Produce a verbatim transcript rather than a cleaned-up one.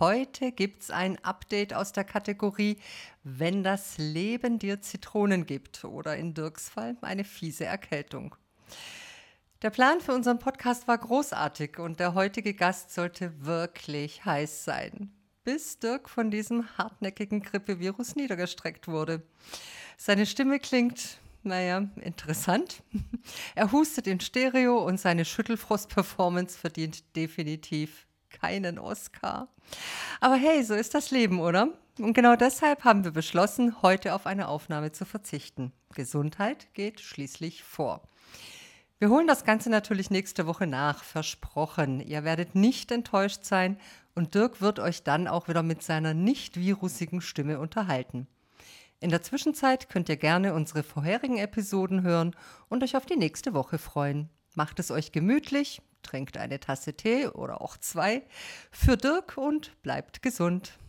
heute gibt's ein Update aus der Kategorie Wenn das Leben dir Zitronen gibt oder in Dirks Fall eine fiese Erkältung. Der Plan für unseren Podcast war großartig und der heutige Gast sollte wirklich heiß sein, bis Dirk von diesem hartnäckigen Grippevirus niedergestreckt wurde. Seine Stimme klingt, naja, interessant. Er hustet in Stereo und seine Schüttelfrost-Performance verdient definitiv keinen Oscar. Aber hey, so ist das Leben, oder? Und genau deshalb haben wir beschlossen, heute auf eine Aufnahme zu verzichten. Gesundheit geht schließlich vor. Wir holen das Ganze natürlich nächste Woche nach, versprochen. Ihr werdet nicht enttäuscht sein und Dirk wird euch dann auch wieder mit seiner nicht virusigen Stimme unterhalten. In der Zwischenzeit könnt ihr gerne unsere vorherigen Episoden hören und euch auf die nächste Woche freuen. Macht es euch gemütlich, trinkt eine Tasse Tee oder auch zwei für Dirk und bleibt gesund.